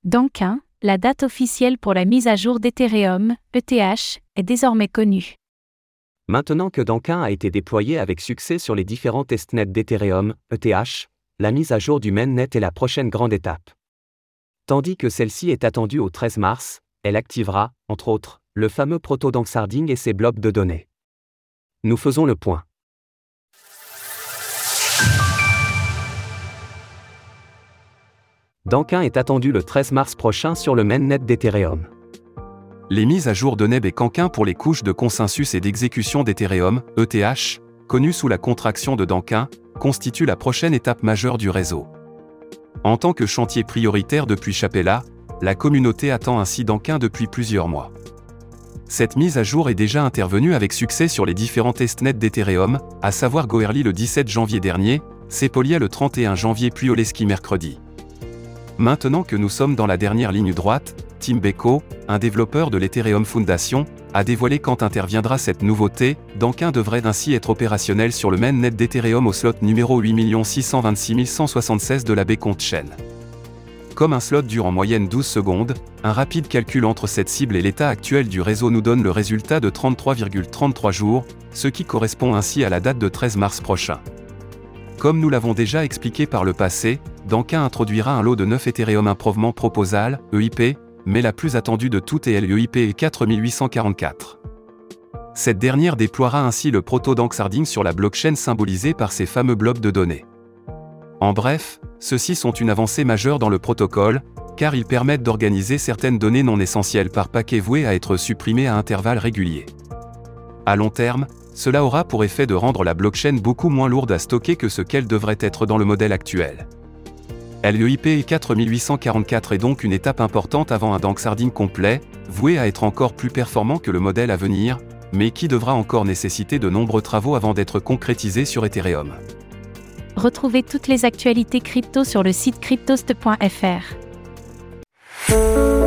Dankin, la date officielle pour la mise à jour d'Ethereum, ETH, est désormais connue. Maintenant que Dankin a été déployé avec succès sur les différents testnets d'Ethereum, ETH, la mise à jour du mainnet est la prochaine grande étape. Tandis que celle-ci est attendue au 13 mars, elle activera, entre autres, le fameux proto-Danksarding et ses blobs de données. Nous faisons le point. Dankin est attendu le 13 mars prochain sur le mainnet d'Ethereum. Les mises à jour de Neb et Canquin pour les couches de consensus et d'exécution d'Ethereum, ETH, connues sous la contraction de Dankin, constituent la prochaine étape majeure du réseau. En tant que chantier prioritaire depuis Chapella, la communauté attend ainsi Dankin depuis plusieurs mois. Cette mise à jour est déjà intervenue avec succès sur les différents testnets d'Ethereum, à savoir Goerli le 17 janvier dernier, Sepolia le 31 janvier puis Oleski mercredi. Maintenant que nous sommes dans la dernière ligne droite, Tim Beko, un développeur de l'Ethereum Foundation, a dévoilé quand interviendra cette nouveauté. Dankin devrait ainsi être opérationnel sur le mainnet d'Ethereum au slot numéro 8 626 176 de la Bcont Chain. Comme un slot dure en moyenne 12 secondes, un rapide calcul entre cette cible et l'état actuel du réseau nous donne le résultat de 33,33 jours, ce qui correspond ainsi à la date de 13 mars prochain. Comme nous l'avons déjà expliqué par le passé, Dankin introduira un lot de 9 Ethereum Improvement Proposal, EIP, mais la plus attendue de toutes est l'EIP 4844. Cette dernière déploiera ainsi le proto-Danksarding sur la blockchain symbolisée par ces fameux blobs de données. En bref, ceux-ci sont une avancée majeure dans le protocole, car ils permettent d'organiser certaines données non essentielles par paquet vouées à être supprimées à intervalles réguliers. À long terme, cela aura pour effet de rendre la blockchain beaucoup moins lourde à stocker que ce qu'elle devrait être dans le modèle actuel. L'EIP 4844 est donc une étape importante avant un Danksarding complet, voué à être encore plus performant que le modèle à venir, mais qui devra encore nécessiter de nombreux travaux avant d'être concrétisé sur Ethereum. Retrouvez toutes les actualités crypto sur le site cryptost.fr.